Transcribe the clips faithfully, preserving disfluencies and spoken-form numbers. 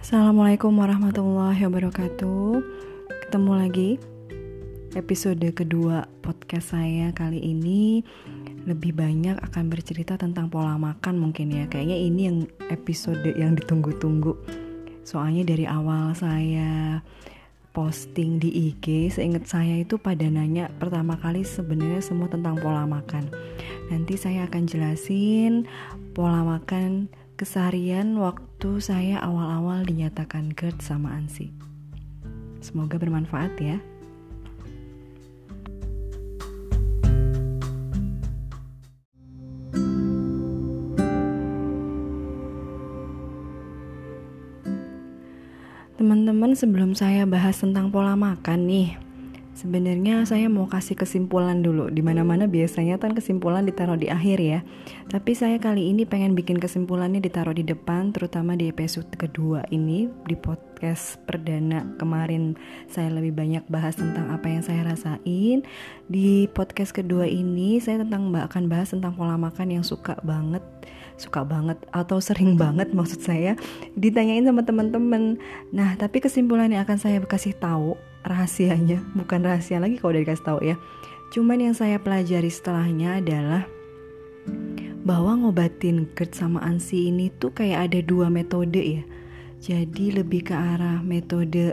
Assalamualaikum warahmatullahi wabarakatuh. Ketemu lagi episode kedua podcast saya. Kali ini lebih banyak akan bercerita tentang pola makan mungkin ya. Kayaknya ini yang episode yang ditunggu-tunggu. Soalnya dari awal saya posting di I G, seingat saya itu pada nanya pertama kali sebenarnya semua tentang pola makan. Nanti saya akan jelasin pola makan keseharian waktu saya awal-awal dinyatakan GERD sama ANSI. Semoga bermanfaat ya. Teman-teman, sebelum saya bahas tentang pola makan nih, sebenarnya saya mau kasih kesimpulan dulu. Di mana-mana biasanya kan kesimpulan ditaruh di akhir ya. Tapi saya kali ini pengen bikin kesimpulannya ditaruh di depan, terutama di episode kedua ini, di podcast perdana kemarin saya lebih banyak bahas tentang apa yang saya rasain. Di podcast kedua ini saya tentang akan bahas tentang pola makan yang suka banget suka banget atau sering banget maksud saya ditanyain sama teman-teman. Nah, tapi kesimpulan yang akan saya kasih tahu rahasianya, bukan rahasia lagi kalau udah dikasih tahu ya. Cuman yang saya pelajari setelahnya adalah bahwa ngobatin GERD sama ANSI ini tuh kayak ada dua metode ya. Jadi lebih ke arah metode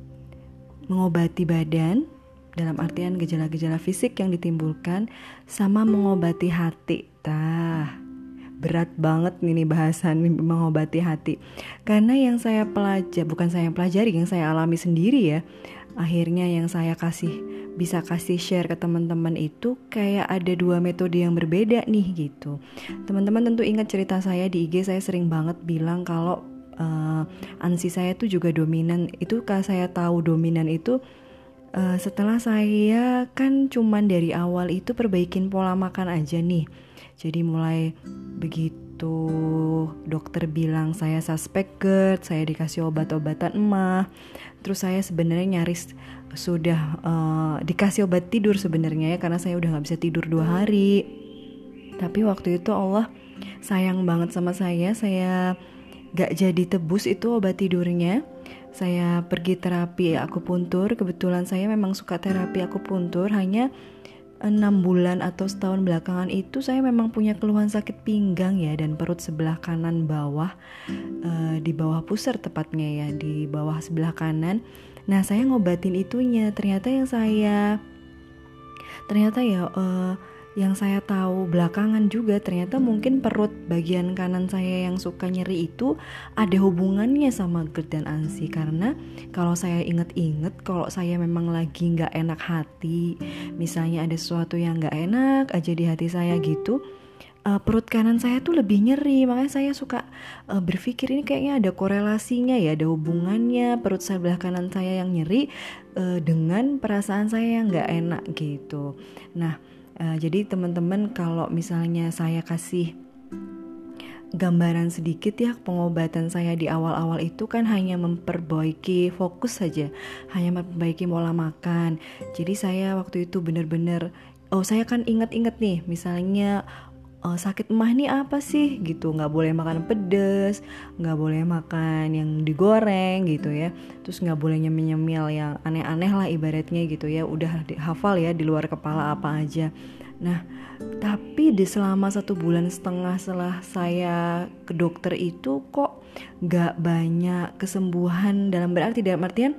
mengobati badan dalam artian gejala-gejala fisik yang ditimbulkan sama mengobati hati. Tah, berat banget nih bahasan mengobati hati. Karena yang saya pelajari, bukan saya yang pelajari, yang saya alami sendiri ya. Akhirnya yang saya kasih bisa kasih share ke teman-teman itu kayak ada dua metode yang berbeda nih gitu. Teman-teman tentu ingat cerita saya di I G, saya sering banget bilang kalau uh, ANSI saya tuh juga dominan. Itu kalau saya tahu dominan itu uh, setelah saya kan cuman dari awal itu perbaikin pola makan aja nih. Jadi mulai begitu dokter bilang saya suspek GERD, saya dikasih obat-obatan emah. Terus saya sebenarnya nyaris sudah uh, dikasih obat tidur sebenarnya ya, karena saya udah gak bisa tidur dua hari. Tapi waktu itu Allah sayang banget sama saya, saya gak jadi tebus itu obat tidurnya. Saya pergi terapi akupuntur, kebetulan saya memang suka terapi akupuntur. Hanya enam bulan atau setahun belakangan itu saya memang punya keluhan sakit pinggang ya, dan perut sebelah kanan bawah, uh, di bawah pusar tepatnya ya, di bawah sebelah kanan. Nah, saya ngobatin itunya. Ternyata yang saya ternyata ya uh, yang saya tahu belakangan juga, ternyata mungkin perut bagian kanan saya yang suka nyeri itu ada hubungannya sama GERD dan ANSI. Karena kalau saya inget-inget, kalau saya memang lagi gak enak hati, misalnya ada sesuatu yang gak enak aja di hati saya gitu, uh, perut kanan saya tuh lebih nyeri. Makanya saya suka uh, berpikir ini kayaknya ada korelasinya ya, ada hubungannya perut sebelah kanan saya yang nyeri uh, dengan perasaan saya yang gak enak gitu. Nah, Uh, jadi teman-teman, kalau misalnya saya kasih gambaran sedikit ya, pengobatan saya di awal-awal itu kan hanya memperbaiki fokus saja, hanya memperbaiki pola makan. Jadi saya waktu itu benar-benar, oh saya kan ingat-ingat nih, misalnya uh, sakit emah nih apa sih gitu, nggak boleh makan pedas, nggak boleh makan yang digoreng gitu ya, terus nggak boleh nyemil-nyemil yang aneh-aneh lah ibaratnya gitu ya, udah hafal ya di luar kepala apa aja. Nah, tapi di selama satu bulan setengah setelah saya ke dokter itu kok gak banyak kesembuhan, dalam berarti dalam artian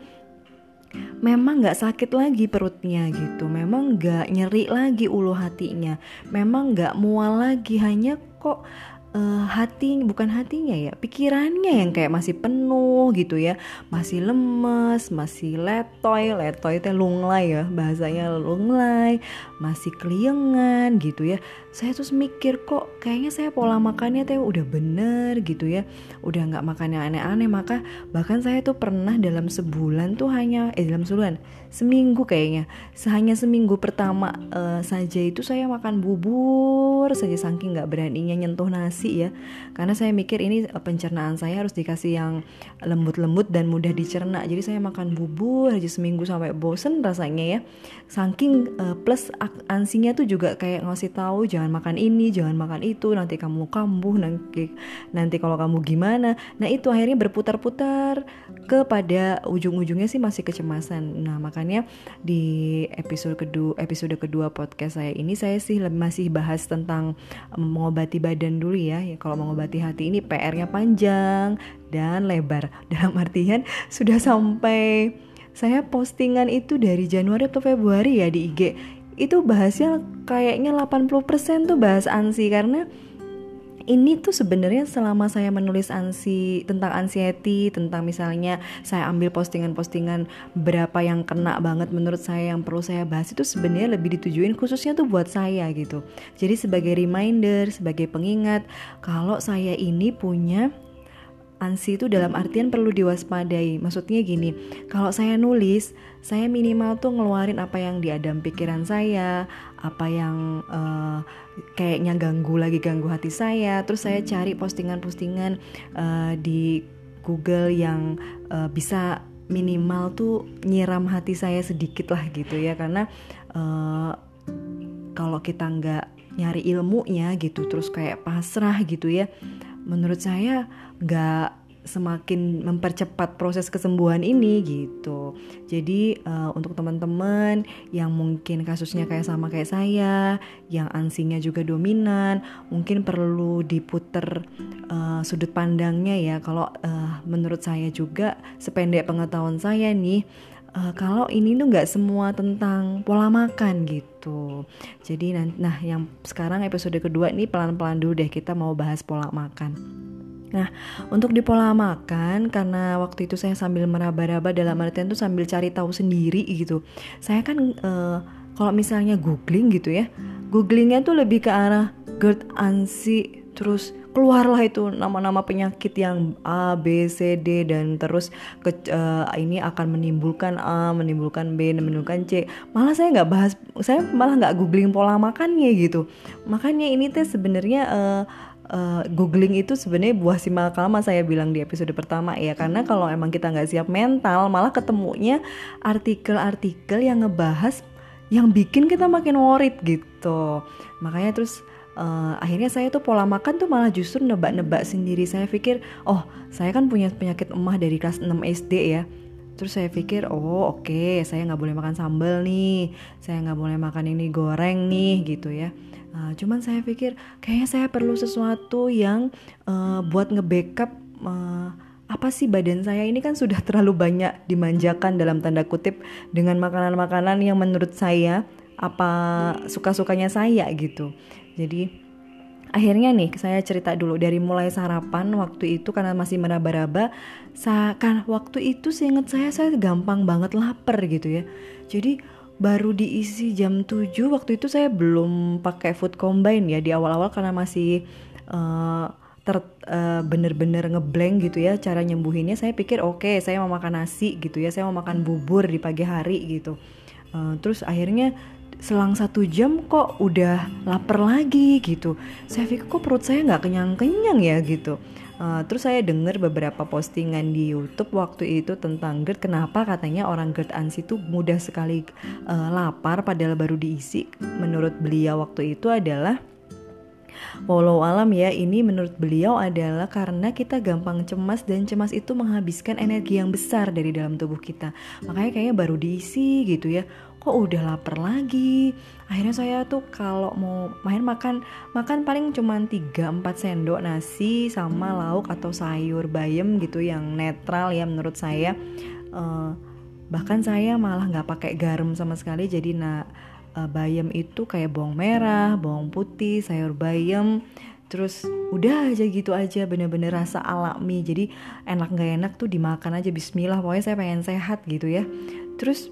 memang gak sakit lagi perutnya gitu, memang gak nyeri lagi ulu hatinya, memang gak mual lagi, hanya kok Uh, hati, bukan hatinya ya, pikirannya yang kayak masih penuh gitu ya, masih lemes, masih letoy, letoy teh lunglai ya, bahasanya lunglai, masih keliengan gitu ya. Saya terus mikir kok kayaknya saya pola makannya teh udah bener gitu ya, udah nggak makan yang aneh-aneh. Maka bahkan saya tuh pernah dalam sebulan tuh hanya, eh dalam sebulan, seminggu kayaknya, hanya seminggu pertama uh, saja itu saya makan bubur saja, saking nggak beraninya nyentuh nasi nasi ya, karena saya mikir ini pencernaan saya harus dikasih yang lembut-lembut dan mudah dicerna. Jadi saya makan bubur aja seminggu sampai bosen rasanya ya. Saking uh, plus ansinya tuh juga kayak ngasih tahu jangan makan ini, jangan makan itu, nanti kamu kambuh, nanti nanti kalau kamu gimana. Nah itu akhirnya berputar-putar kepada ujung-ujungnya sih masih kecemasan. Nah makanya di episode kedua episode kedua podcast saya ini saya sih masih bahas tentang mengobati badan dulu ya. Ya kalau mengobati hati ini P R-nya panjang dan lebar. Dalam artian sudah sampai saya postingan itu dari Januari atau Februari ya di I G. Itu bahasnya kayaknya delapan puluh persen tuh bahas ansi, karena ini tuh sebenarnya selama saya menulis ansi tentang anxiety, tentang misalnya saya ambil postingan-postingan berapa yang kena banget menurut saya yang perlu saya bahas, itu sebenarnya lebih ditujuin khususnya tuh buat saya gitu. Jadi sebagai reminder, sebagai pengingat kalau saya ini punya ansi itu dalam artian perlu diwaspadai. Maksudnya gini, kalau saya nulis, saya minimal tuh ngeluarin apa yang di dalam pikiran saya, apa yang uh, kayaknya ganggu lagi ganggu hati saya. Terus saya cari postingan-postingan uh, di Google yang uh, bisa minimal tuh nyiram hati saya sedikit lah gitu ya. Karena uh, kalau kita nggak nyari ilmunya gitu, terus kayak pasrah gitu ya, menurut saya nggak semakin mempercepat proses kesembuhan ini gitu. Jadi uh, untuk teman-teman yang mungkin kasusnya kayak sama kayak saya, yang ansinya juga dominan, mungkin perlu diputer uh, sudut pandangnya ya. Kalau uh, menurut saya juga sependek pengetahuan saya nih, Uh, kalau ini tuh nggak semua tentang pola makan gitu. Jadi nah yang sekarang episode kedua ini pelan-pelan dulu deh kita mau bahas pola makan. Nah untuk di pola makan, karena waktu itu saya sambil meraba-raba dalam artian tuh sambil cari tahu sendiri gitu. Saya kan uh, kalau misalnya googling gitu ya, googlingnya tuh lebih ke arah GERD, ANSI, terus keluarlah itu nama-nama penyakit yang A, B, C, D dan terus ke, uh, ini akan menimbulkan A, menimbulkan B, dan menimbulkan C. Malah saya nggak bahas, saya malah nggak googling pola makannya gitu. Makanya ini teh sebenarnya uh, uh, googling itu sebenarnya buah si malakama, saya bilang di episode pertama ya. Karena kalau emang kita nggak siap mental, malah ketemunya artikel-artikel yang ngebahas yang bikin kita makin worried gitu. Makanya terus Uh, akhirnya saya tuh pola makan tuh malah justru nebak-nebak sendiri. Saya pikir, oh saya kan punya penyakit emah dari kelas enam S D ya. Terus saya pikir, oh oke okay, saya gak boleh makan sambal nih, saya gak boleh makan ini goreng nih gitu ya. uh, Cuman saya pikir kayaknya saya perlu sesuatu yang uh, buat nge-backup uh, apa sih badan saya ini kan sudah terlalu banyak dimanjakan dalam tanda kutip dengan makanan-makanan yang menurut saya apa suka-sukanya saya gitu. Jadi akhirnya nih saya cerita dulu dari mulai sarapan waktu itu, karena masih meraba-raba. Sa- kan waktu itu seingat saya saya gampang banget lapar gitu ya. Jadi baru diisi jam tujuh, waktu itu saya belum pakai food combine ya di awal-awal karena masih uh, ter uh, bener-bener ngeblank gitu ya cara nyembuhinnya. Saya pikir oke okay, saya mau makan nasi gitu ya, saya mau makan bubur di pagi hari gitu. Uh, terus akhirnya selang satu jam kok udah lapar lagi gitu. Saya pikir kok perut saya nggak kenyang-kenyang ya gitu. Uh, terus saya dengar beberapa postingan di YouTube waktu itu tentang GERD. Kenapa katanya orang GERD ANSI itu mudah sekali uh, lapar padahal baru diisi. Menurut beliau waktu itu adalah, walau alam ya, ini menurut beliau adalah karena kita gampang cemas dan cemas itu menghabiskan energi yang besar dari dalam tubuh kita. Makanya kayaknya baru diisi gitu ya, kok udah lapar lagi. Akhirnya saya tuh kalau mau main makan makan paling cuma tiga empat sendok nasi sama lauk atau sayur bayam gitu yang netral ya menurut saya. Uh, bahkan saya malah nggak pakai garam sama sekali. Jadi nah uh, bayam itu kayak bawang merah, bawang putih, sayur bayam. Terus udah aja gitu aja, bener-bener rasa alami. Jadi enak gak enak tuh dimakan aja, bismillah. Pokoknya saya pengen sehat gitu ya. Terus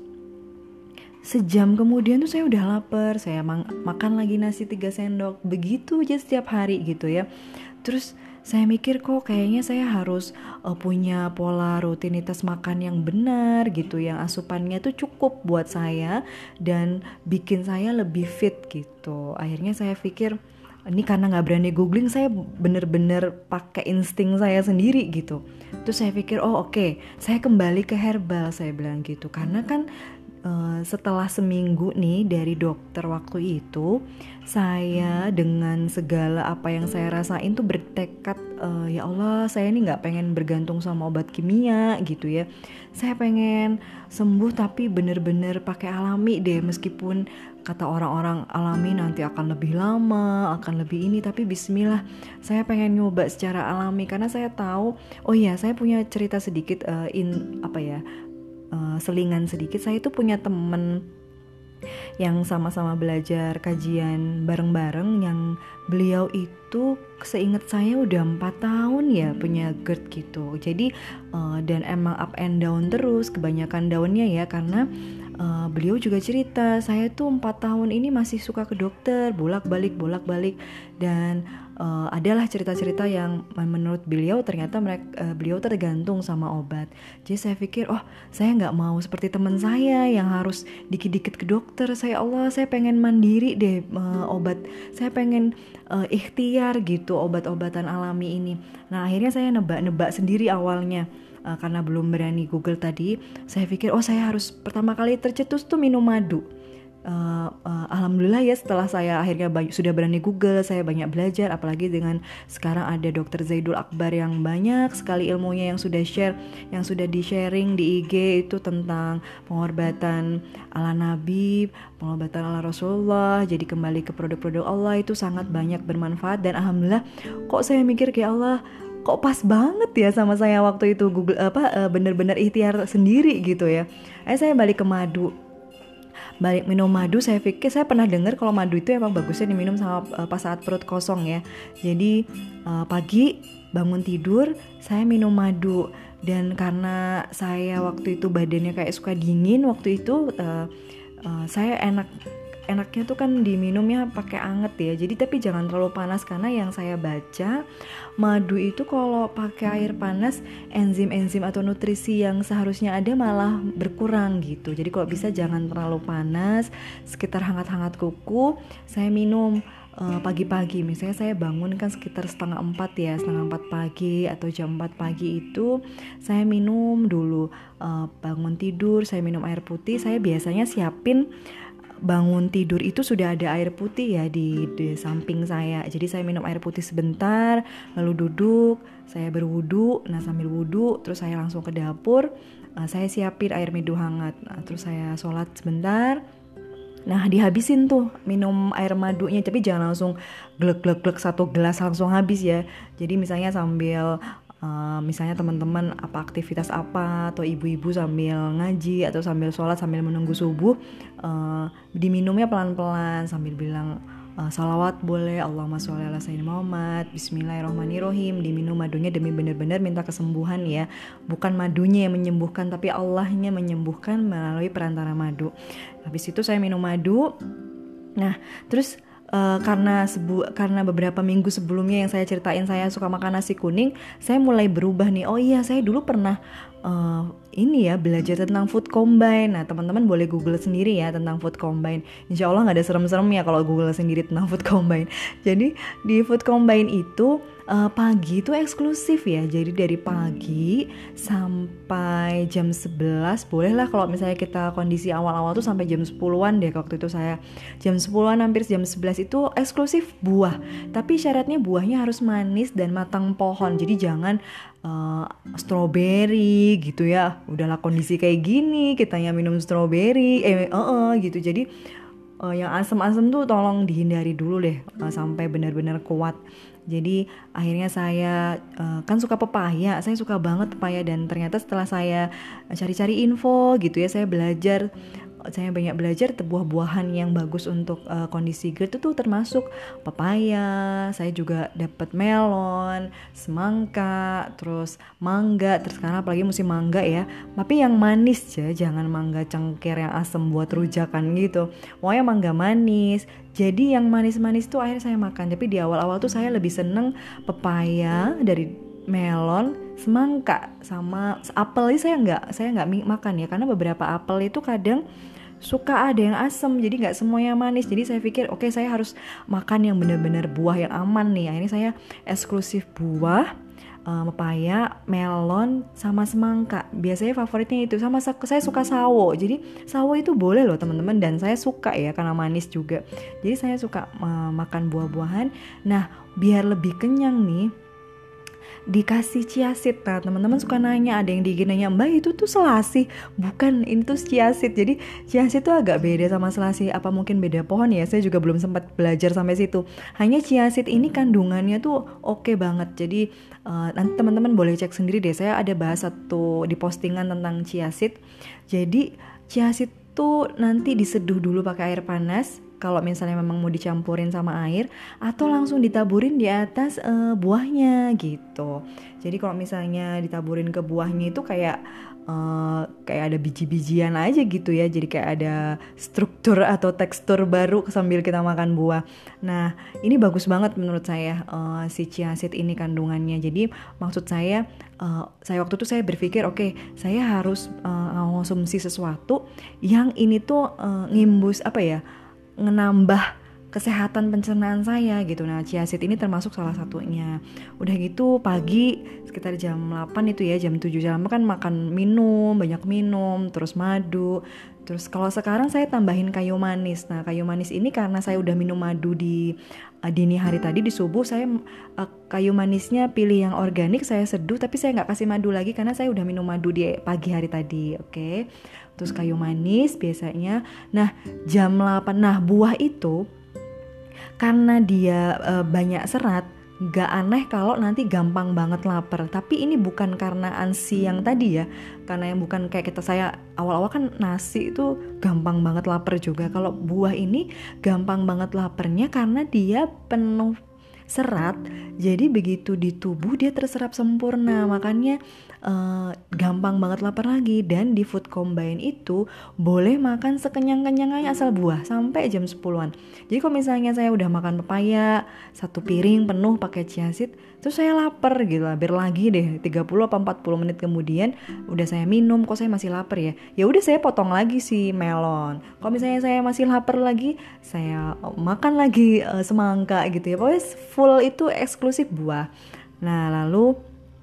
sejam kemudian tuh saya udah lapar, saya mang- makan lagi nasi tiga sendok, begitu aja setiap hari gitu ya. Terus saya mikir kok kayaknya saya harus uh, punya pola rutinitas makan yang benar gitu, yang asupannya tuh cukup buat saya dan bikin saya lebih fit gitu. Akhirnya saya pikir Ini karena nggak berani googling, saya bener-bener pakai insting saya sendiri gitu. Terus saya pikir, oh oke, okay, saya kembali ke herbal, saya bilang gitu. Karena kan uh, setelah seminggu nih dari dokter waktu itu, saya dengan segala apa yang saya rasain tuh bertekad, uh, ya Allah, saya ini nggak pengen bergantung sama obat kimia gitu ya. Saya pengen sembuh tapi bener-bener pakai alami deh, meskipun kata orang-orang alami nanti akan lebih lama, akan lebih ini, tapi bismillah, saya pengen nyoba secara alami karena saya tahu, oh iya, saya punya cerita sedikit, uh, in apa ya, uh, selingan sedikit. Saya itu punya temen yang sama-sama belajar kajian bareng-bareng, yang beliau itu seingat saya udah empat tahun ya punya GERD gitu. Jadi uh, dan emang up and down terus, kebanyakan downnya ya, karena Uh, beliau juga cerita, saya tuh empat tahun ini masih suka ke dokter, bolak-balik bolak-balik, dan uh, adalah cerita-cerita yang menurut beliau ternyata mereka, uh, beliau tergantung sama obat. Jadi saya pikir, oh saya nggak mau seperti teman saya yang harus dikit-dikit ke dokter. Saya Allah, saya pengen mandiri deh, uh, obat. Saya pengen uh, ikhtiar gitu obat-obatan alami ini. Nah akhirnya saya nebak-nebak sendiri awalnya. Uh, karena belum berani Google tadi, saya pikir oh saya harus pertama kali tercetus tuh minum madu. Uh, uh, Alhamdulillah ya, setelah saya akhirnya banyak, sudah berani Google, saya banyak belajar, apalagi dengan sekarang ada dokter Zaidul Akbar yang banyak sekali ilmunya yang sudah share, yang sudah di sharing di I G itu tentang pengobatan ala Nabi, pengobatan ala Rasulullah. Jadi kembali ke produk-produk Allah itu sangat banyak bermanfaat, dan alhamdulillah kok saya mikir kayak Allah, kok pas banget ya sama saya waktu itu Google apa uh, bener-bener ikhtiar sendiri gitu ya. Eh saya balik ke madu. Balik minum madu, saya pikir saya pernah dengar kalau madu itu emang bagusnya diminum sama uh, pas saat perut kosong ya. Jadi uh, pagi bangun tidur saya minum madu, dan karena saya waktu itu badannya kayak suka dingin waktu itu, uh, uh, saya enak enaknya tuh kan diminumnya pakai anget ya. Jadi tapi jangan terlalu panas, karena yang saya baca madu itu kalau pakai air panas enzim-enzim atau nutrisi yang seharusnya ada malah berkurang gitu. Jadi kalau bisa jangan terlalu panas, sekitar hangat-hangat kuku saya minum uh, pagi-pagi. Misalnya saya bangun kan sekitar setengah empat ya, setengah empat pagi atau jam empat pagi itu saya minum dulu. Uh, bangun tidur saya minum air putih. Saya biasanya siapin bangun tidur itu sudah ada air putih ya di, di samping saya. Jadi saya minum air putih sebentar, lalu duduk, saya berwudu. Nah sambil wudu terus saya langsung ke dapur, uh, saya siapin air minum hangat. Nah, terus saya sholat sebentar. Nah dihabisin tuh minum air madunya, tapi jangan langsung glek-glek-glek satu gelas langsung habis ya. Jadi misalnya sambil Uh, misalnya teman-teman apa aktivitas apa, atau ibu-ibu sambil ngaji atau sambil sholat sambil menunggu subuh, uh, diminumnya pelan-pelan sambil bilang uh, salawat boleh, Allahumma sholli ala sayyidina Muhammad, bismillahirrahmanirrahim. Diminum madunya demi benar-benar minta kesembuhan ya, bukan madunya yang menyembuhkan tapi Allahnya menyembuhkan melalui perantara madu. Habis itu saya minum madu. Nah terus Uh, karena sebu- karena beberapa minggu sebelumnya yang saya ceritain saya suka makan nasi kuning, saya mulai berubah nih. Oh iya, saya dulu pernah uh, ini ya belajar tentang food combine. Nah teman-teman boleh Google sendiri ya tentang food combine. Insya Allah nggak ada serem-seremnya kalau Google sendiri tentang food combine. Jadi di food combine itu uh, pagi itu eksklusif ya. Jadi dari pagi sampai jam sebelas bolehlah, kalau misalnya kita kondisi awal-awal tuh sampai jam sepuluhan deh waktu itu saya. Jam sepuluhan hampir jam sebelas itu eksklusif buah. Tapi syaratnya buahnya harus manis dan matang pohon. Jadi jangan uh, strawberry gitu ya. Udahlah kondisi kayak gini kitanya minum strawberry eh uh, uh, gitu. Jadi uh, yang asam-asam tuh tolong dihindari dulu deh uh, sampai benar-benar kuat. Jadi akhirnya saya uh, kan suka pepaya, saya suka banget pepaya, dan ternyata setelah saya cari-cari info gitu ya, saya belajar saya banyak belajar buah-buahan yang bagus untuk uh, kondisi GERD itu tuh termasuk pepaya, saya juga dapat melon, semangka, terus mangga, terus sekarang apalagi musim mangga ya, tapi yang manis ya, jangan mangga cengkir yang asam buat rujakan gitu, pokoknya mangga manis. Jadi yang manis-manis tuh akhirnya saya makan, tapi di awal-awal tuh saya lebih seneng pepaya dari melon, semangka, sama apel ini saya nggak saya nggak makan ya, karena beberapa apel itu kadang suka ada yang asam, jadi nggak semuanya manis. Jadi saya pikir oke, okay, saya harus makan yang benar-benar buah yang aman nih. Akhirnya saya eksklusif buah, uh, pepaya, melon, sama semangka. Biasanya favoritnya itu. Sama saya suka sawo. Jadi sawo itu boleh loh teman-teman, dan saya suka ya karena manis juga. Jadi saya suka uh, makan buah-buahan. Nah, biar lebih kenyang nih, dikasih chia seed. Nah teman-teman suka nanya, ada yang di I G nanya, mbak itu tuh selasih? Bukan, itu chia seed. Jadi chia seed tuh agak beda sama selasih. Apa mungkin beda pohon ya, saya juga belum sempat belajar sampai situ. Hanya chia seed ini kandungannya tuh oke okay banget. Jadi uh, nanti teman-teman boleh cek sendiri deh, saya ada bahas satu di postingan tentang chia seed. Jadi chia seed tuh nanti diseduh dulu pakai air panas, kalau misalnya memang mau dicampurin sama air, atau langsung ditaburin di atas uh, buahnya gitu. Jadi kalau misalnya ditaburin ke buahnya itu kayak uh, kayak ada biji-bijian aja gitu ya. Jadi kayak ada struktur atau tekstur baru sambil kita makan buah. Nah ini bagus banget menurut saya uh, si chia seed ini kandungannya. Jadi maksud saya, uh, saya waktu itu saya berpikir oke, okay, saya harus uh, konsumsi sesuatu yang ini tuh uh, ngimbus apa ya, ngenambah kesehatan pencernaan saya gitu. Nah chia seed ini termasuk salah satunya. Udah gitu pagi sekitar jam delapan itu ya, jam tujuh jam kan makan minum, banyak minum, terus madu. Terus kalau sekarang saya tambahin kayu manis. Nah kayu manis ini karena saya udah minum madu di uh, dini hari tadi, di subuh, saya uh, kayu manisnya pilih yang organik, saya seduh, tapi saya gak kasih madu lagi karena saya udah minum madu di pagi hari tadi. Oke okay? Terus kayu manis biasanya. Nah jam delapan, nah buah itu karena dia e, banyak serat, gak aneh kalau nanti gampang banget lapar. Tapi ini bukan karena ANSI yang tadi ya, karena yang bukan kayak kita, saya awal-awal kan nasi itu gampang banget lapar juga. Kalau buah ini gampang banget laparnya karena dia penuh serat, jadi begitu di tubuh dia terserap sempurna, makanya uh, gampang banget lapar lagi. Dan di food combine itu boleh makan sekenyang-kenyangnya asal buah sampai jam sepuluhan. Jadi kalau misalnya saya udah makan pepaya satu piring penuh pakai chia seed, terus saya lapar gitu lah, biar lagi deh tiga puluh atau empat puluh menit kemudian udah saya minum, kok saya masih lapar ya, ya udah saya potong lagi si melon. Kalau misalnya saya masih lapar lagi, saya makan lagi uh, semangka gitu ya. Pokoknya full itu eksklusif buah. Nah lalu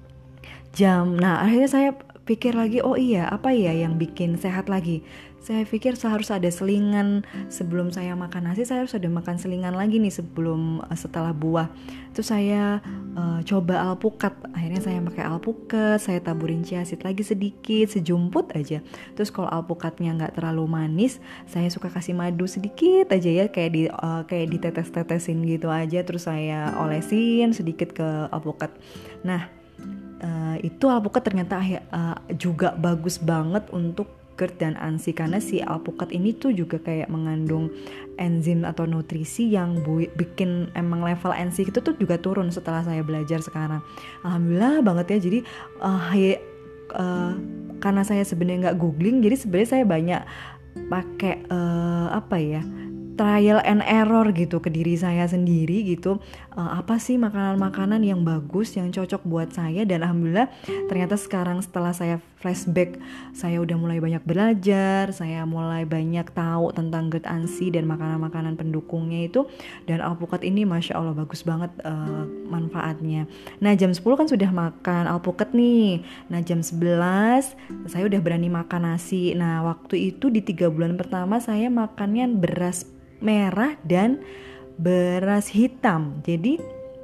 jam, nah akhirnya saya pikir lagi, oh iya apa ya yang bikin sehat lagi. Saya pikir saya harus ada selingan sebelum saya makan nasi, saya harus ada makan selingan lagi nih sebelum uh, setelah buah. Terus saya uh, coba alpukat, akhirnya saya pakai alpukat, saya taburin chia seed lagi sedikit, sejumput aja. Terus kalau alpukatnya nggak terlalu manis, saya suka kasih madu sedikit aja ya, kayak di uh, kayak ditetes-tetesin gitu aja. Terus saya olesin sedikit ke alpukat. Nah uh, itu alpukat ternyata uh, juga bagus banget untuk GERD dan ANSI, karena si alpukat ini tuh juga kayak mengandung enzim atau nutrisi yang bu- bikin emang level ANSI itu tuh juga turun setelah saya belajar sekarang. Alhamdulillah banget ya. Jadi uh, ya, uh, karena saya sebenarnya nggak googling, jadi sebenarnya saya banyak pakai uh, apa ya, trial and error gitu ke diri saya sendiri gitu, uh, apa sih makanan-makanan yang bagus, yang cocok buat saya. Dan alhamdulillah ternyata sekarang setelah saya flashback, saya udah mulai banyak belajar, saya mulai banyak tahu tentang GERD ANSI dan makanan-makanan pendukungnya itu. Dan alpukat ini masya Allah bagus banget uh, manfaatnya. Nah jam sepuluh kan sudah makan alpukat nih. Nah jam sebelas saya udah berani makan nasi. Nah waktu itu di tiga bulan pertama saya makannya beras merah dan beras hitam. Jadi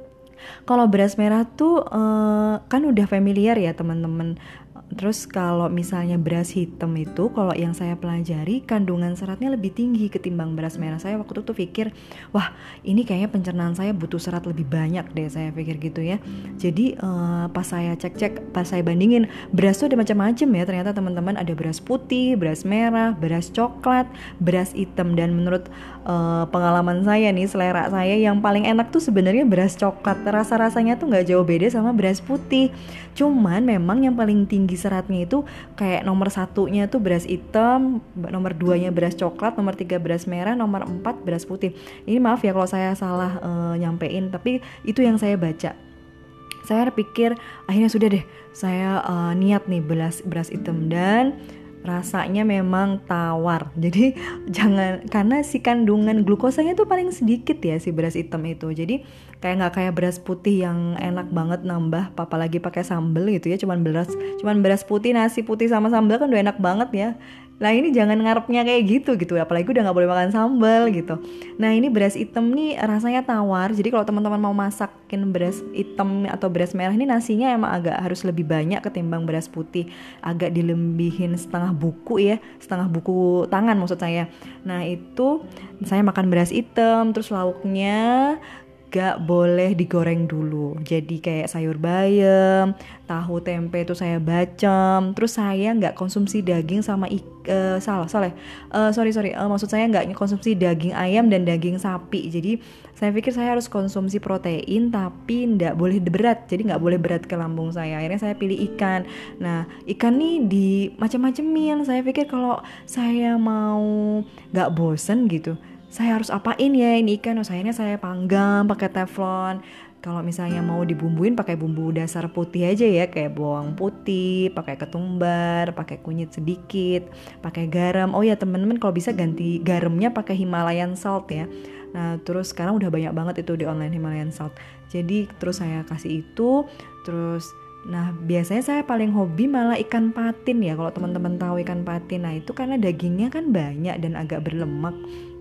kalau beras merah tuh uh, kan udah familiar ya teman-teman. Terus kalau misalnya beras hitam itu, kalau yang saya pelajari kandungan seratnya lebih tinggi ketimbang beras merah. Saya waktu itu tuh pikir, wah ini kayaknya pencernaan saya butuh serat lebih banyak deh, saya pikir gitu ya. Jadi uh, pas saya cek-cek, pas saya bandingin, beras tuh ada macam-macam ya ternyata teman-teman. Ada beras putih, beras merah, beras coklat, beras hitam. Dan menurut uh, pengalaman saya nih, selera saya yang paling enak tuh sebenarnya beras coklat. Rasa-rasanya tuh gak jauh beda sama beras putih. Cuman memang yang paling tinggi seratnya itu kayak nomor satunya tuh beras hitam, nomor duanya beras coklat, nomor tiga beras merah, nomor empat beras putih. Ini maaf ya kalau saya salah e, nyampein, tapi itu yang saya baca. Saya pikir akhirnya sudah deh, saya e, niat nih beras beras hitam. Dan rasanya memang tawar. Jadi jangan, karena si kandungan glukosanya tuh paling sedikit ya si beras hitam itu. Jadi kayak nggak kayak beras putih yang enak banget nambah, apalagi pakai sambal gitu ya. Cuman beras, cuman beras putih, nasi putih sama sambal kan udah enak banget ya. Nah ini jangan ngarepnya kayak gitu gitu, apalagi udah nggak boleh makan sambal gitu. Nah ini beras hitam nih rasanya tawar. Jadi kalau teman-teman mau masakin beras hitam atau beras merah ini, nasinya emang agak harus lebih banyak ketimbang beras putih. Agak dilembihin setengah buku ya, setengah buku tangan maksud saya. Nah itu saya makan beras hitam, terus lauknya gak boleh digoreng dulu. Jadi kayak sayur bayam, tahu tempe itu saya bacem. Terus saya gak konsumsi daging sama ik- uh, salah salah uh, sorry sorry uh, maksud saya gak konsumsi daging ayam dan daging sapi. Jadi saya pikir saya harus konsumsi protein tapi gak boleh berat. Jadi gak boleh berat ke lambung saya. Akhirnya saya pilih ikan. Nah ikan nih di macam-macamin. Saya pikir kalau saya mau gak bosen gitu, saya harus apain ya ini ikan. Oh, akhirnya saya panggang pakai teflon. Kalau misalnya mau dibumbuin pakai bumbu dasar putih aja ya, kayak bawang putih, pakai ketumbar, pakai kunyit sedikit, pakai garam. Oh ya teman-teman, kalau bisa ganti garamnya pakai Himalayan salt ya. Nah terus sekarang udah banyak banget itu di online Himalayan salt. Jadi terus saya kasih itu. Terus nah biasanya saya paling hobi malah ikan patin ya, kalau teman-teman tahu ikan patin. Nah itu karena dagingnya kan banyak dan agak berlemak.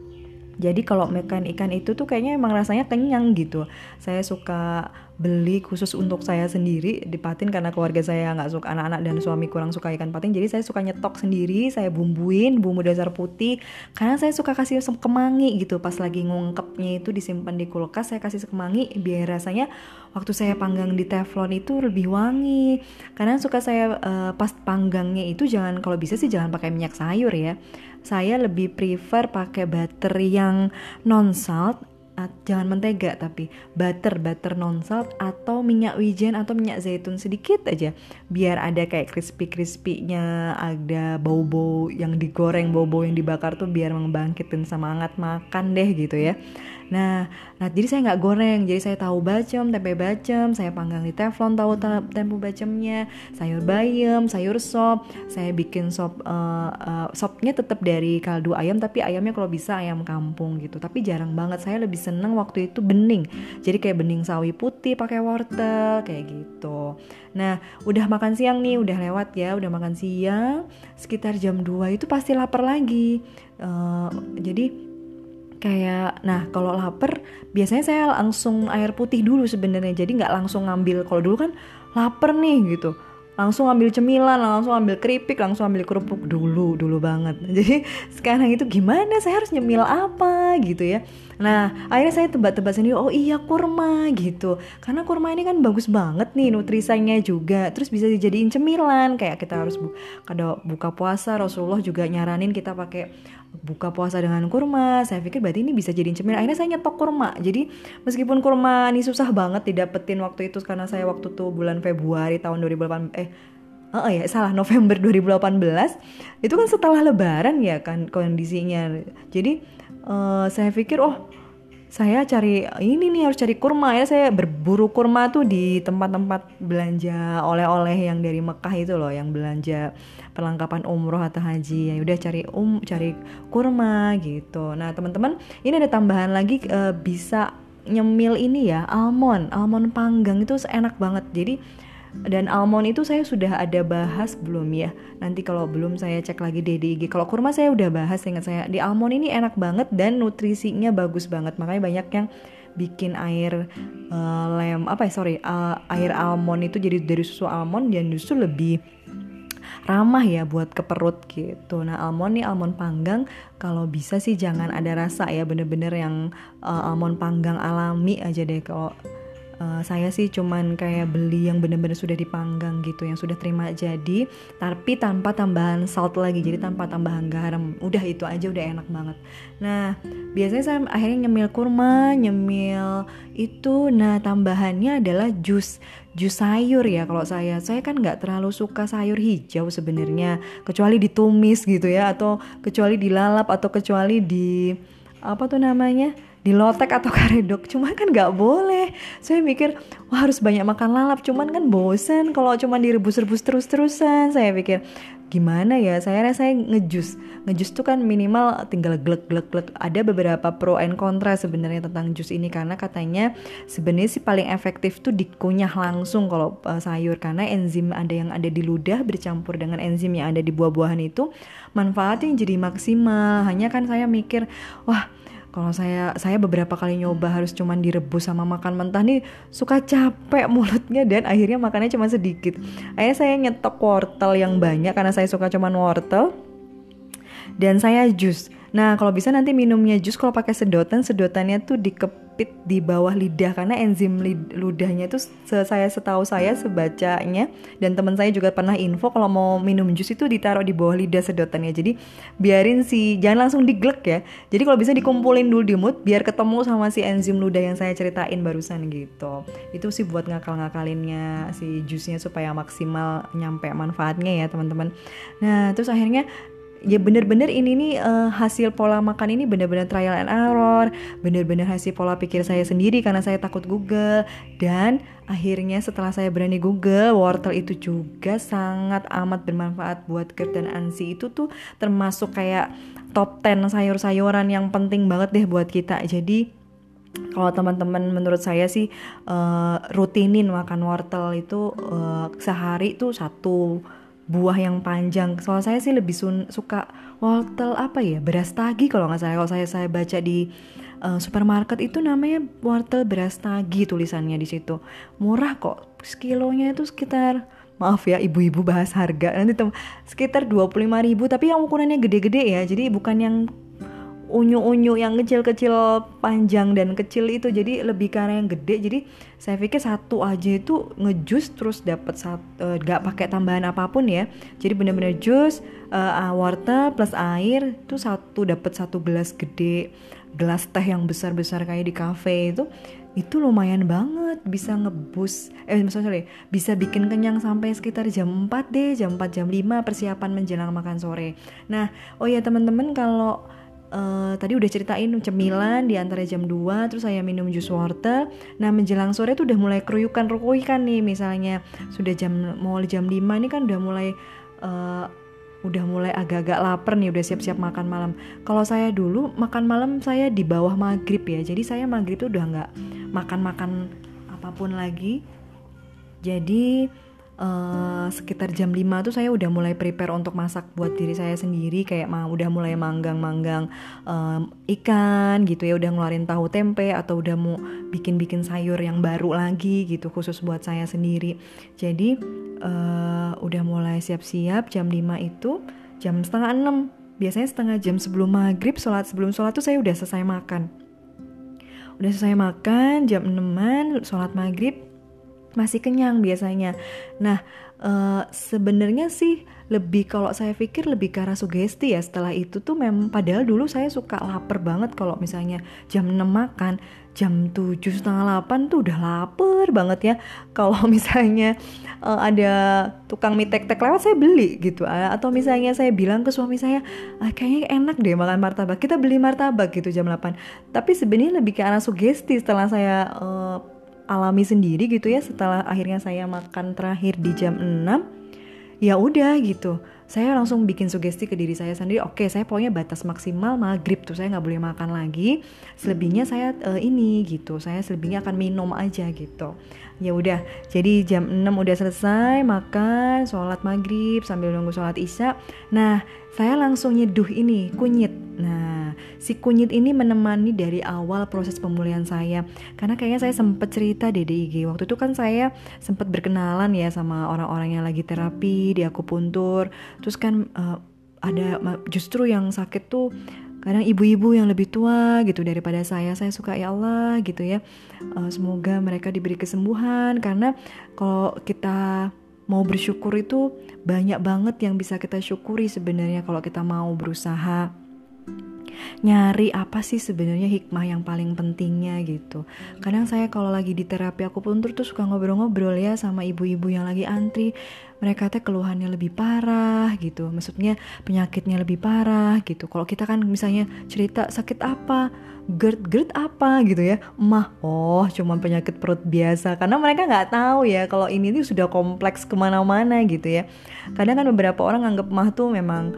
Jadi kalau makan ikan itu tuh kayaknya emang rasanya kenyang gitu. Saya suka beli khusus untuk saya sendiri di patin karena keluarga saya nggak suka, anak-anak dan suami kurang suka ikan patin. Jadi saya suka nyetok sendiri, saya bumbuin bumbu dasar putih. Karena saya suka kasih kemangi gitu. Pas lagi ngungkepnya itu disimpan di kulkas, saya kasih kemangi biar rasanya waktu saya panggang di teflon itu lebih wangi. Karena suka saya uh, pas panggangnya itu jangan, kalau bisa sih jangan pakai minyak sayur ya. Saya lebih prefer pakai butter yang non salt, jangan mentega tapi butter butter non salt atau minyak wijen atau minyak zaitun sedikit aja, biar ada kayak crispy crispy-nya, ada bau-bau yang digoreng, bau-bau yang dibakar tuh biar membangkitin semangat makan deh gitu ya. Nah, nah jadi saya nggak goreng, jadi saya tahu bacem, tempe bacem, saya panggang di teflon tahu tempe bacemnya, sayur bayam, sayur sop, saya bikin sop, uh, uh, sopnya tetap dari kaldu ayam, tapi ayamnya kalau bisa ayam kampung gitu, tapi jarang banget, saya lebih seneng waktu itu bening, jadi kayak bening sawi putih pakai wortel kayak gitu. Nah, udah makan siang nih, udah lewat ya, udah makan siang, sekitar jam dua itu pasti lapar lagi, uh, jadi kayak, nah kalau lapar biasanya saya langsung air putih dulu sebenarnya, jadi nggak langsung ngambil. Kalau dulu kan lapar nih gitu, langsung ambil cemilan, langsung ambil keripik, langsung ambil kerupuk dulu dulu banget. Jadi sekarang itu gimana, saya harus nyemil apa gitu ya. Nah akhirnya saya tebak-tebak sendiri, oh iya kurma gitu, karena kurma ini kan bagus banget nih nutrisinya juga, terus bisa dijadiin cemilan. Kayak kita harus bu- kalau buka puasa Rasulullah juga nyaranin kita pakai buka puasa dengan kurma. Saya pikir berarti ini bisa jadiin cemilan. Akhirnya saya nyetok kurma. Jadi meskipun kurma ini susah banget didapetin waktu itu, karena saya waktu tuh bulan Februari tahun dua ribu delapan eh Oh uh, ya salah November dua ribu delapan belas, itu kan setelah lebaran ya kan kondisinya. Jadi uh, saya pikir oh saya cari ini nih, harus cari kurma ya. Saya berburu kurma tuh di tempat-tempat belanja oleh-oleh yang dari Mekah itu loh, yang belanja perlengkapan umroh atau haji. Ya udah cari um cari kurma gitu. Nah teman-teman, ini ada tambahan lagi, uh, bisa nyemil ini ya, almond almond panggang itu enak banget. Jadi dan almond itu saya sudah ada bahas belum ya, nanti kalau belum saya cek lagi deh di I G. Kalau kurma saya udah bahas, ingat saya. Di almond ini enak banget dan nutrisinya bagus banget, makanya banyak yang bikin air uh, lem apa ya sorry uh, air almond itu jadi dari susu almond, dan justru lebih ramah ya buat ke perut gitu. Nah almond nih, almond panggang, kalau bisa sih jangan ada rasa ya, bener-bener yang uh, almond panggang alami aja deh. Kalau Uh, saya sih cuman kayak beli yang benar-benar sudah dipanggang gitu, yang sudah terima jadi, tapi tanpa tambahan salt lagi, jadi tanpa tambahan garam. Udah itu aja udah enak banget. Nah biasanya saya akhirnya nyemil kurma, nyemil itu. Nah tambahannya adalah jus jus sayur ya. Kalau saya saya kan nggak terlalu suka sayur hijau sebenarnya, kecuali ditumis gitu ya, atau kecuali dilalap, atau kecuali di apa tuh namanya, di lotek atau karedok. Cuman kan gak boleh. Saya mikir wah harus banyak makan lalap, cuman kan bosan kalau cuman direbus-rebus terus-terusan. Saya pikir gimana ya, saya rasa ngejus ngejus tuh kan minimal tinggal glek glek glek. Ada beberapa pro and kontra sebenarnya tentang jus ini, karena katanya sebenarnya sih paling efektif tuh dikunyah langsung kalau uh, sayur, karena enzim ada yang ada di ludah bercampur dengan enzim yang ada di buah-buahan itu manfaatnya jadi maksimal. Hanya kan saya mikir, wah kalau saya saya beberapa kali nyoba harus cuman direbus sama makan mentah nih suka capek mulutnya, dan akhirnya makannya cuma sedikit. Akhirnya saya nyetok wortel yang banyak karena saya suka cuman wortel, dan saya jus. Nah kalau bisa nanti minumnya jus kalau pakai sedotan, sedotannya tuh dikepit di bawah lidah, karena enzim lid- ludahnya tuh saya setahu saya sebacanya, dan teman saya juga pernah info kalau mau minum jus itu ditaruh di bawah lidah sedotannya. Jadi biarin si jangan langsung diglek ya. Jadi kalau bisa dikumpulin dulu di mulut biar ketemu sama si enzim ludah yang saya ceritain barusan gitu. Itu sih buat ngakal-ngakalinnya si jusnya supaya maksimal nyampe manfaatnya ya teman-teman. Nah terus akhirnya ya bener-bener ini nih uh, hasil pola makan ini bener-bener trial and error, bener-bener hasil pola pikir saya sendiri karena saya takut Google. Dan akhirnya setelah saya berani Google, wortel itu juga sangat amat bermanfaat buat GERD dan ANSI. Itu tuh termasuk kayak top sepuluh sayur-sayuran yang penting banget deh buat kita. Jadi kalau teman-teman menurut saya sih uh, rutinin makan wortel itu uh, sehari tuh satu buah yang panjang. Soal saya sih lebih sun- suka wortel apa ya, beras tagi kalau nggak salah. Kalau saya saya baca di uh, supermarket itu namanya wortel beras tagi tulisannya di situ. Murah kok, sekilonya itu sekitar, maaf ya ibu-ibu bahas harga nanti tem- sekitar dua puluh lima ribu, tapi yang ukurannya gede-gede ya. Jadi bukan yang unyu-unyu yang kecil-kecil panjang dan kecil itu, jadi lebih ke arah yang gede. Jadi saya pikir satu aja itu ngejus terus dapat uh, gak pakai tambahan apapun ya. Jadi benar-benar jus uh, wortel plus air itu satu dapat satu gelas gede, gelas teh yang besar-besar kayak di kafe itu. Itu lumayan banget, bisa ngebus eh maksudnya bisa bikin kenyang sampai sekitar jam empat deh, jam empat jam lima persiapan menjelang makan sore. Nah, oh ya teman-teman, kalau Uh, tadi udah ceritain cemilan di antara jam dua, terus saya minum jus wortel. Nah menjelang sore tuh udah mulai keruyukan-keruyukan nih, misalnya sudah jam mau jam lima ini kan udah mulai uh, udah mulai agak-agak lapar nih, udah siap-siap makan malam. Kalau saya dulu makan malam saya di bawah maghrib ya, jadi saya maghrib tuh udah nggak makan-makan apapun lagi. Jadi Uh, sekitar jam lima tuh saya udah mulai prepare untuk masak buat diri saya sendiri, kayak ma- udah mulai manggang-manggang um, ikan gitu ya, udah ngeluarin tahu tempe atau udah mau bikin-bikin sayur yang baru lagi gitu khusus buat saya sendiri. Jadi uh, udah mulai siap-siap jam lima itu, jam setengah enam biasanya setengah jam sebelum maghrib, sholat sebelum sholat tuh saya udah selesai makan. Udah selesai makan jam enaman, sholat maghrib masih kenyang biasanya. Nah uh, sebenarnya sih lebih, kalau saya pikir lebih ke arah sugesti ya. Setelah itu tuh memang, padahal dulu saya suka lapar banget kalau misalnya jam enam makan, jam tujuh setengah delapan tuh udah lapar banget ya. Kalau misalnya uh, ada tukang mie tek-tek lewat saya beli gitu, atau misalnya saya bilang ke suami saya, ah, kayaknya enak deh makan martabak, kita beli martabak gitu jam delapan. Tapi sebenarnya lebih ke arah sugesti setelah saya uh, alami sendiri gitu ya. Setelah akhirnya saya makan terakhir di jam enam, ya udah gitu, saya langsung bikin sugesti ke diri saya sendiri, oke okay, saya pokoknya batas maksimal maghrib tuh saya nggak boleh makan lagi, selebihnya saya uh, ini gitu, saya selebihnya akan minum aja gitu. Ya udah, jadi jam enam udah selesai makan, sholat maghrib sambil nunggu sholat isya. Nah saya langsung nyeduh ini kunyit. Nah si kunyit ini menemani dari awal proses pemulihan saya, karena kayaknya saya sempat cerita deh di I G waktu itu kan saya sempat berkenalan ya sama orang-orang yang lagi terapi di akupuntur. Terus kan uh, ada justru yang sakit tuh kadang ibu-ibu yang lebih tua gitu daripada saya. Saya suka ya Allah gitu ya, uh, semoga mereka diberi kesembuhan, karena kalau kita mau bersyukur itu banyak banget yang bisa kita syukuri sebenarnya kalau kita mau berusaha nyari apa sih sebenarnya hikmah yang paling pentingnya gitu. Kadang saya kalau lagi di terapi akupuntur tuh suka ngobrol-ngobrol ya sama ibu-ibu yang lagi antri. Mereka teh keluhannya lebih parah gitu, maksudnya penyakitnya lebih parah gitu. Kalau kita kan misalnya cerita sakit apa, GERD GERD apa gitu ya, emah, oh cuma penyakit perut biasa, karena mereka nggak tahu ya kalau ini tuh sudah kompleks kemana-mana gitu ya. Kadang kan beberapa orang anggap emah tuh memang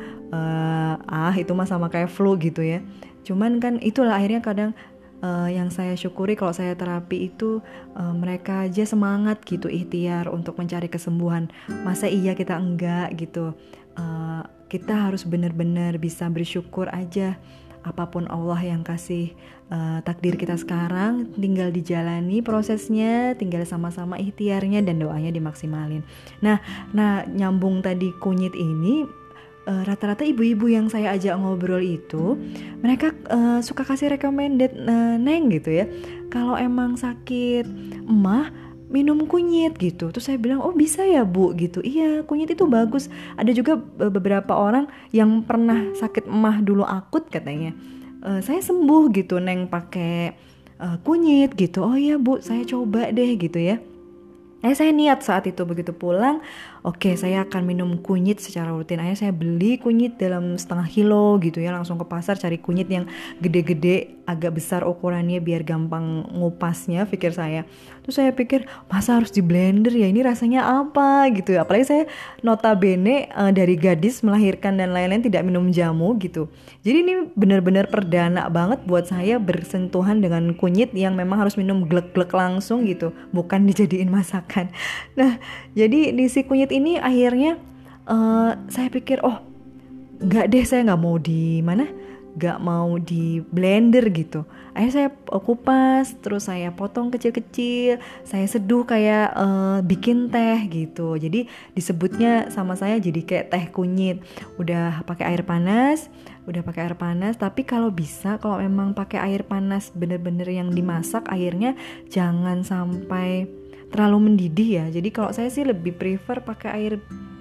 uh, ah itu mah sama kayak flu gitu ya. Cuman kan itulah akhirnya kadang uh, yang saya syukuri kalau saya terapi itu uh, mereka aja semangat gitu ikhtiar untuk mencari kesembuhan. Masa iya kita enggak gitu. Uh, kita harus benar-benar bisa bersyukur aja. Apapun Allah yang kasih uh, takdir kita sekarang, tinggal dijalani prosesnya, tinggal sama-sama ikhtiarnya dan doanya dimaksimalin. Nah, nah nyambung tadi kunyit ini, uh, rata-rata ibu-ibu yang saya ajak ngobrol itu, mereka uh, suka kasih recommended uh, Neng gitu ya. Kalau emang sakit emah, minum kunyit gitu. Terus saya bilang, oh bisa ya Bu gitu. Iya, kunyit itu bagus. Ada juga beberapa orang yang pernah sakit emah dulu akut katanya, e, saya sembuh gitu Neng pakai uh, kunyit gitu. Oh iya Bu, saya coba deh gitu ya. Eh saya niat saat itu begitu pulang, oke okay, saya akan minum kunyit secara rutin. Akhirnya saya beli kunyit dalam setengah kilo gitu ya, langsung ke pasar cari kunyit yang gede-gede, agak besar ukurannya biar gampang ngupasnya, pikir saya. Terus saya pikir masa harus di blender ya, ini rasanya apa gitu. Apalagi saya notabene uh, dari gadis melahirkan dan lain-lain tidak minum jamu gitu. Jadi ini benar-benar perdana banget buat saya bersentuhan dengan kunyit yang memang harus minum glek-glek langsung gitu, bukan dijadiin masakan. Nah, jadi di si kunyit ini akhirnya uh, saya pikir, oh nggak deh, saya nggak mau di mana, nggak mau di blender gitu. Akhirnya saya kupas, terus saya potong kecil-kecil, saya seduh kayak uh, bikin teh gitu. Jadi disebutnya sama saya jadi kayak teh kunyit. Udah pakai air panas, udah pakai air panas. Tapi kalau bisa, kalau memang pakai air panas bener-bener yang dimasak, airnya jangan sampai terlalu mendidih ya. Jadi kalau saya sih lebih prefer pakai air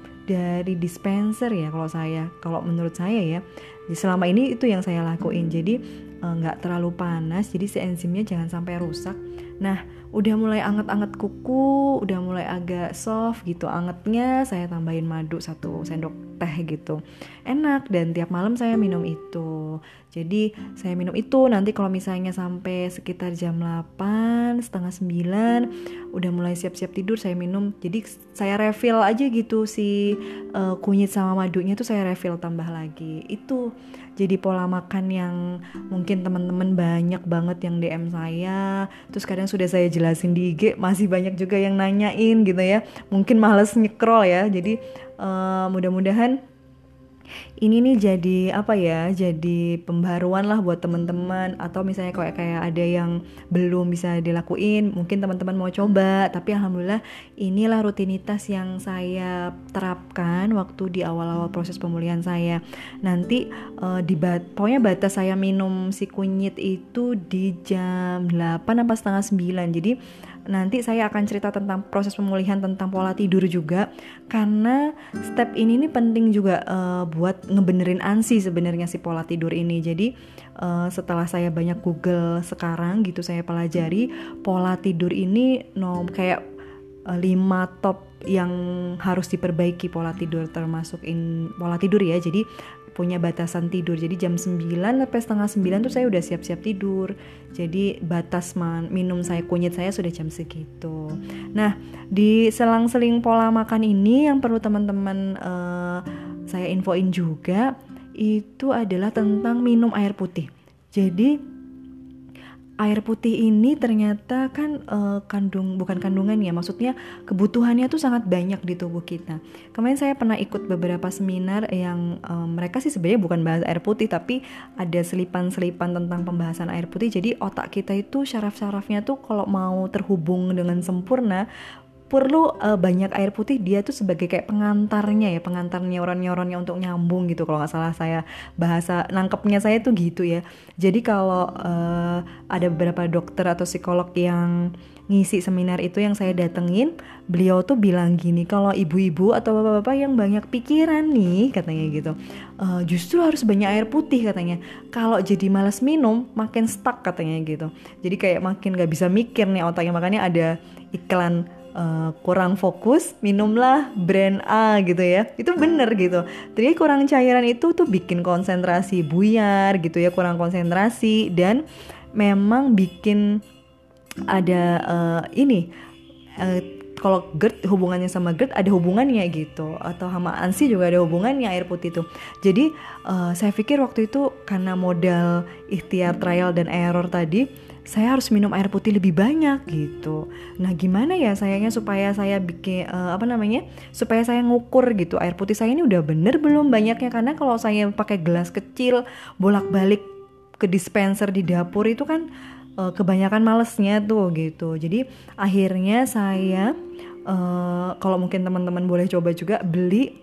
dari dispenser ya kalau saya, kalau menurut saya ya. Jadi selama ini itu yang saya lakuin. Jadi nggak e, terlalu panas, jadi si enzimnya jangan sampai rusak. Nah, udah mulai anget-anget kuku, udah mulai agak soft gitu angetnya, saya tambahin madu satu sendok teh gitu. Enak, dan tiap malam saya minum itu. Jadi saya minum itu, nanti kalau misalnya sampai sekitar jam delapan, setengah sembilan, udah mulai siap-siap tidur saya minum. Jadi saya refill aja gitu si uh, kunyit sama madunya tuh saya refill tambah lagi. Itu jadi pola makan yang mungkin teman-teman banyak banget yang D M saya. Terus kadang sudah saya jelasin di I G, masih banyak juga yang nanyain gitu ya. Mungkin males nge-scroll ya. Jadi uh, mudah-mudahan ini nih jadi apa ya, jadi pembaruan lah buat teman-teman. Atau misalnya kayak kayak ada yang belum bisa dilakuin, mungkin teman-teman mau coba. Tapi alhamdulillah inilah rutinitas yang saya terapkan waktu di awal-awal proses pemulihan saya. Nanti uh, di bat, pokoknya batas saya minum si kunyit itu di jam delapan apa setengah sembilan. Jadi nanti saya akan cerita tentang proses pemulihan, tentang pola tidur juga, karena step ini nih penting juga uh, buat ngebenerin ANSI sebenarnya si pola tidur ini. Jadi uh, setelah saya banyak Google sekarang gitu, saya pelajari pola tidur ini no, kayak uh, lima top yang harus diperbaiki pola tidur, termasuk in, pola tidur ya. Jadi punya batasan tidur. Jadi jam sembilan sampai setengah sembilan tuh saya udah siap-siap tidur. Jadi batas man, minum saya kunyit saya sudah jam segitu. Nah, di selang-seling pola makan ini yang perlu teman-teman uh, saya infoin juga itu adalah tentang minum air putih. Jadi air putih ini ternyata kan uh, kandung bukan kandungan ya, maksudnya kebutuhannya tuh sangat banyak di tubuh kita. Kemarin saya pernah ikut beberapa seminar yang um, mereka sih sebenarnya bukan bahas air putih, tapi ada selipan-selipan tentang pembahasan air putih. Jadi otak kita itu syaraf-syarafnya tuh kalau mau terhubung dengan sempurna perlu uh, banyak air putih. Dia tuh sebagai kayak pengantarnya ya, pengantar neuron-neuronnya untuk nyambung gitu, kalau nggak salah saya bahasa nangkepnya saya tuh gitu ya. Jadi kalau uh, ada beberapa dokter atau psikolog yang ngisi seminar itu yang saya datengin, beliau tuh bilang gini, kalau ibu-ibu atau bapak-bapak yang banyak pikiran nih katanya gitu, uh, justru harus banyak air putih katanya. Kalau jadi malas minum makin stuck katanya gitu. Jadi kayak makin nggak bisa mikir nih otaknya. Makanya ada iklan Uh, kurang fokus, minumlah brand A gitu ya. Itu bener gitu. Jadi kurang cairan itu tuh bikin konsentrasi buyar gitu ya, kurang konsentrasi. Dan memang bikin ada uh, ini uh, kalau GERD hubungannya sama GERD ada hubungannya gitu, atau sama ANSI juga ada hubungannya air putih itu. Jadi uh, saya pikir waktu itu karena modal ikhtiar trial dan error tadi, saya harus minum air putih lebih banyak gitu. Nah gimana ya sayangnya supaya saya bikin uh, apa namanya supaya saya ngukur gitu air putih saya ini udah bener belum banyaknya, karena kalau saya pakai gelas kecil bolak-balik ke dispenser di dapur itu kan uh, kebanyakan malesnya tuh gitu. Jadi akhirnya saya uh, kalau mungkin teman-teman boleh coba juga beli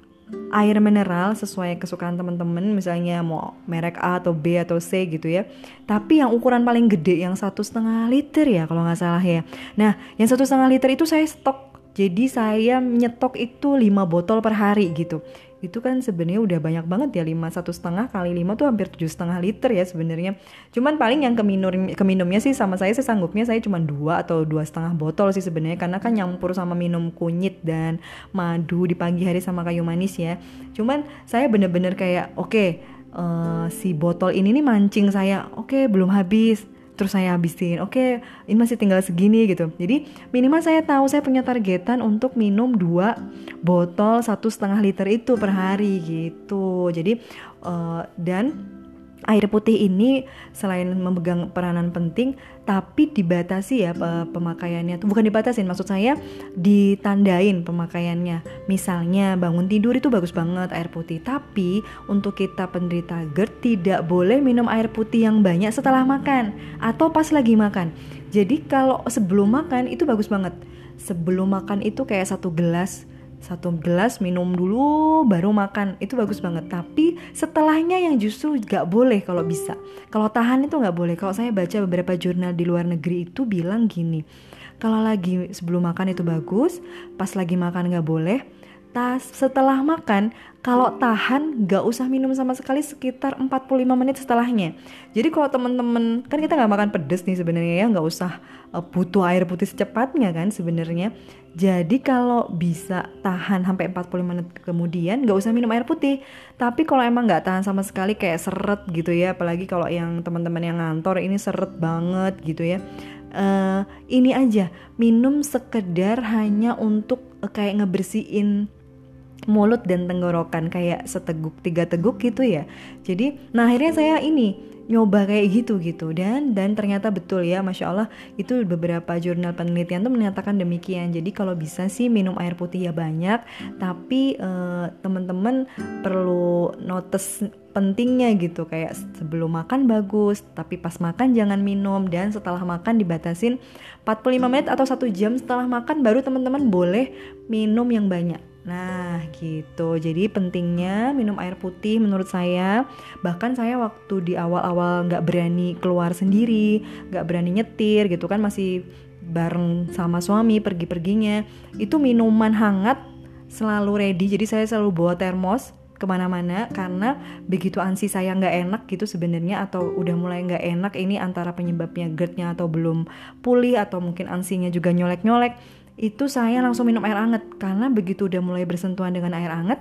air mineral sesuai kesukaan teman-teman, misalnya mau merek A atau B atau C gitu ya. Tapi yang ukuran paling gede yang satu setengah liter ya kalau nggak salah ya. Nah yang satu setengah liter itu saya stok. Jadi saya nyetok itu lima botol per hari gitu. Itu kan sebenarnya udah banyak banget ya, lima satu setengah kali lima tuh hampir tujuh setengah liter ya sebenarnya. Cuman paling yang keminum keminumnya sih sama saya saya sanggupnya saya cuma dua atau dua setengah botol sih sebenarnya, karena kan nyampur sama minum kunyit dan madu di pagi hari sama kayu manis ya. Cuman saya bener-bener kayak oke okay, uh, si botol ini nih mancing saya, oke okay, belum habis. Terus saya habisin, oke okay, ini masih tinggal segini gitu. Jadi minimal saya tahu saya punya targetan untuk minum dua botol satu setengah liter itu per hari gitu. Jadi uh, dan air putih ini selain memegang peranan penting, tapi dibatasi ya pemakaiannya. Bukan dibatasin, maksud saya ditandain pemakaiannya. Misalnya bangun tidur itu bagus banget air putih, tapi untuk kita penderita GERD tidak boleh minum air putih yang banyak setelah makan atau pas lagi makan. Jadi kalau sebelum makan itu bagus banget. Sebelum makan itu kayak satu gelas Satu gelas minum dulu baru makan, itu bagus banget. Tapi setelahnya yang justru gak boleh kalau bisa. Kalau tahan itu gak boleh. Kalau saya baca beberapa jurnal di luar negeri itu bilang gini, kalau lagi sebelum makan itu bagus, pas lagi makan gak boleh. Tas setelah makan kalau tahan gak usah minum sama sekali sekitar empat puluh lima menit setelahnya. Jadi kalau teman-teman, kan kita gak makan pedes nih sebenarnya ya, gak usah uh, butuh air putih secepatnya kan sebenarnya. Jadi kalau bisa tahan sampai empat puluh lima menit kemudian gak usah minum air putih. Tapi kalau emang gak tahan sama sekali kayak seret gitu ya, apalagi kalau yang teman-teman yang ngantor ini seret banget gitu ya, uh, ini aja minum sekedar hanya untuk uh, kayak ngebersihin mulut dan tenggorokan, kayak seteguk tiga teguk gitu ya. Jadi nah akhirnya saya ini nyoba kayak gitu gitu dan dan ternyata betul ya, masya Allah, itu beberapa jurnal penelitian tuh menyatakan demikian. Jadi kalau bisa sih minum air putih ya banyak, tapi eh, teman-teman perlu notice pentingnya gitu, kayak sebelum makan bagus, tapi pas makan jangan minum, dan setelah makan dibatasin empat puluh lima menit atau satu jam setelah makan baru teman-teman boleh minum yang banyak. Nah gitu, jadi pentingnya minum air putih menurut saya. Bahkan saya waktu di awal-awal gak berani keluar sendiri, gak berani nyetir gitu kan, masih bareng sama suami pergi-perginya, itu minuman hangat selalu ready. Jadi saya selalu bawa termos kemana-mana, karena begitu ansi saya gak enak gitu sebenarnya, atau udah mulai gak enak, ini antara penyebabnya GERD-nya atau belum pulih, atau mungkin ansinya juga nyolek-nyolek, itu saya langsung minum air hangat. Karena begitu udah mulai bersentuhan dengan air hangat,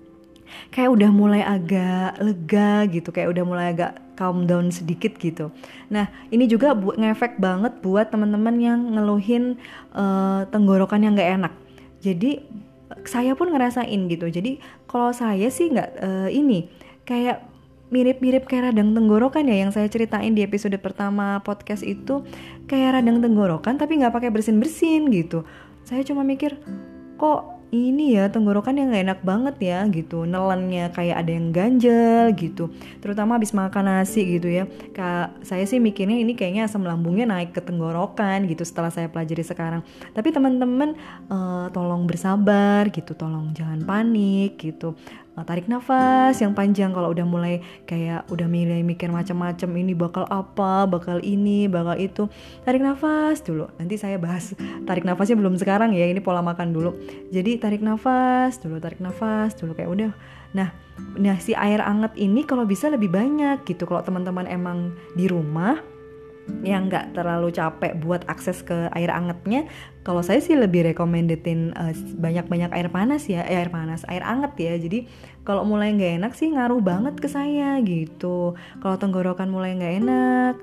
kayak udah mulai agak lega gitu, kayak udah mulai agak calm down sedikit gitu. Nah ini juga bu- ngefek banget buat teman-teman yang ngeluhin uh, tenggorokan yang gak enak. Jadi saya pun ngerasain gitu. Jadi kalau saya sih gak uh, ini kayak mirip-mirip kayak radang tenggorokan ya, yang saya ceritain di episode pertama podcast itu, kayak radang tenggorokan tapi nggak pakai bersin-bersin gitu. Saya cuma mikir, kok ini ya tenggorokan yang nggak enak banget ya gitu, nelannya kayak ada yang ganjel gitu, terutama habis makan nasi gitu ya. Kak, saya sih mikirnya ini kayaknya asam lambungnya naik ke tenggorokan gitu setelah saya pelajari sekarang. Tapi teman-teman uh, tolong bersabar gitu, tolong jangan panik gitu. Tarik nafas yang panjang kalau udah mulai kayak udah mulai mikir macam-macam, ini bakal apa, bakal ini, bakal itu. Tarik nafas dulu. Nanti saya bahas tarik nafasnya belum sekarang ya, ini pola makan dulu. Jadi tarik nafas dulu, tarik nafas dulu kayak udah. Nah, nah si air hangat ini kalau bisa lebih banyak gitu. Kalau teman-teman emang di rumah yang nggak terlalu capek buat akses ke air hangatnya, kalau saya sih lebih rekomendedin uh, banyak-banyak air panas ya, eh, air panas, air hangat ya. Jadi kalau mulai nggak enak sih ngaruh banget ke saya gitu. Kalau tenggorokan mulai nggak enak,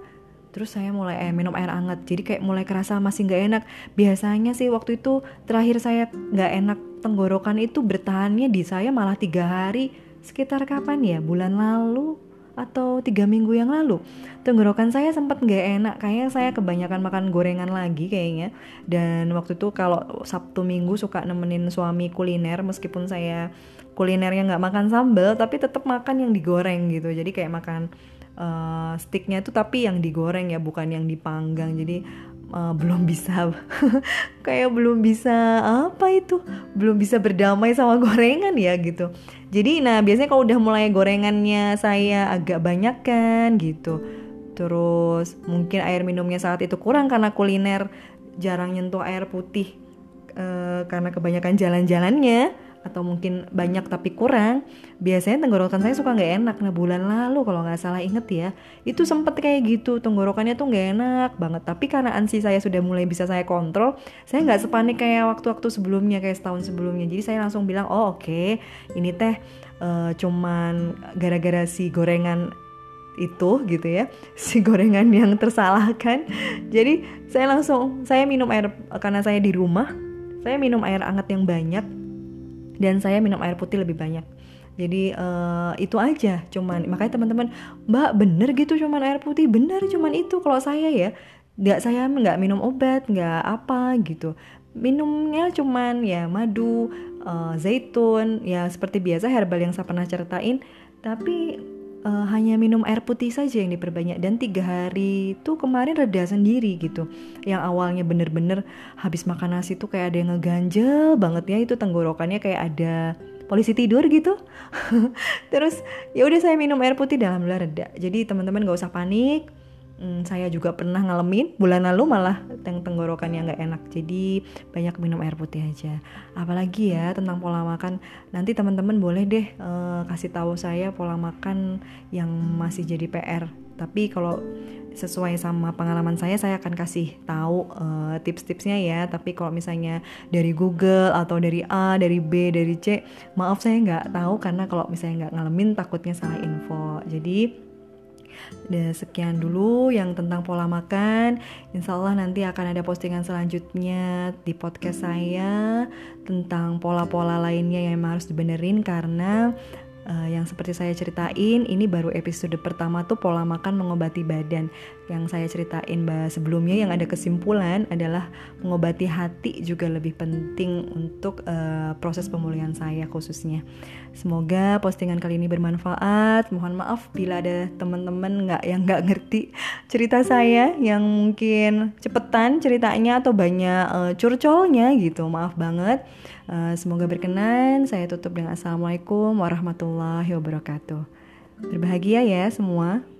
Terus saya mulai eh, minum air hangat. Jadi kayak mulai kerasa masih nggak enak. Biasanya sih waktu itu terakhir saya nggak enak tenggorokan itu bertahannya di saya malah tiga hari. Sekitar kapan ya? Bulan lalu atau tiga minggu yang lalu. Tenggorokan saya sempat nggak enak. Kayaknya saya kebanyakan makan gorengan lagi kayaknya. Dan waktu itu kalau Sabtu Minggu suka nemenin suami kuliner, meskipun saya kulinernya nggak makan sambal, tapi tetap makan yang digoreng gitu. Jadi kayak makan uh, sticknya itu tapi yang digoreng ya, bukan yang dipanggang. Jadi uh, belum bisa kayak belum bisa apa itu belum bisa berdamai sama gorengan ya gitu. Jadi nah biasanya kalau udah mulai gorengannya saya agak banyak kan gitu, terus mungkin air minumnya saat itu kurang karena kuliner jarang nyentuh air putih uh, karena kebanyakan jalan-jalannya, atau mungkin banyak tapi kurang, biasanya tenggorokan saya suka nggak enak. Nah bulan lalu kalau nggak salah inget ya, itu sempet kayak gitu, tenggorokannya tuh nggak enak banget. Tapi karena ansi saya sudah mulai bisa saya kontrol, saya nggak sepanik kayak waktu-waktu sebelumnya, kayak setahun sebelumnya. Jadi saya langsung bilang, oh oke, okay, ini teh uh, cuman gara-gara si gorengan itu gitu ya, si gorengan yang tersalahkan. Jadi saya langsung, saya minum air, karena saya di rumah, saya minum air hangat yang banyak, dan saya minum air putih lebih banyak. Jadi uh, itu aja, cuman makanya teman-teman, Mbak bener gitu cuman air putih? Bener cuman itu. Kalau saya ya, nggak, saya nggak minum obat, nggak apa gitu. Minumnya cuman ya madu, uh, zaitun, ya seperti biasa herbal yang saya pernah ceritain. Tapi uh, hanya minum air putih saja yang diperbanyak. Dan tiga hari itu kemarin reda sendiri gitu. Yang awalnya bener-bener habis makan nasi tuh kayak ada yang ngeganjel banget ya, itu tenggorokannya kayak ada polisi tidur gitu. Terus ya udah saya minum air putih dan alhamdulillah reda. Jadi teman-teman gak usah panik. Hmm, saya juga pernah ngalamin bulan lalu malah teng- tenggorokan yang nggak enak. Jadi banyak minum air putih aja. Apalagi ya tentang pola makan, nanti teman-teman boleh deh uh, kasih tahu saya pola makan yang masih jadi P R. Tapi kalau sesuai sama pengalaman saya, saya akan kasih tahu uh, tips-tipsnya ya. Tapi kalau misalnya dari Google atau dari A, dari B, dari C, maaf saya nggak tahu, karena kalau misalnya nggak ngalamin takutnya salah info. Jadi dan sekian dulu yang tentang pola makan. Insya Allah nanti akan ada postingan selanjutnya di podcast saya tentang pola-pola lainnya yang harus dibenerin, karena Uh, yang seperti saya ceritain, ini baru episode pertama tuh pola makan mengobati badan. Yang saya ceritain bah sebelumnya yang ada kesimpulan adalah mengobati hati juga lebih penting untuk uh, proses pemulihan saya khususnya. Semoga postingan kali ini bermanfaat. Mohon maaf bila ada teman-teman nggak yang nggak ngerti cerita saya, yang mungkin cepetan ceritanya atau banyak uh, curcolnya gitu. Maaf banget. Uh, semoga berkenan. Saya tutup dengan Assalamualaikum warahmatullahi wabarakatuh. Berbahagia ya semua.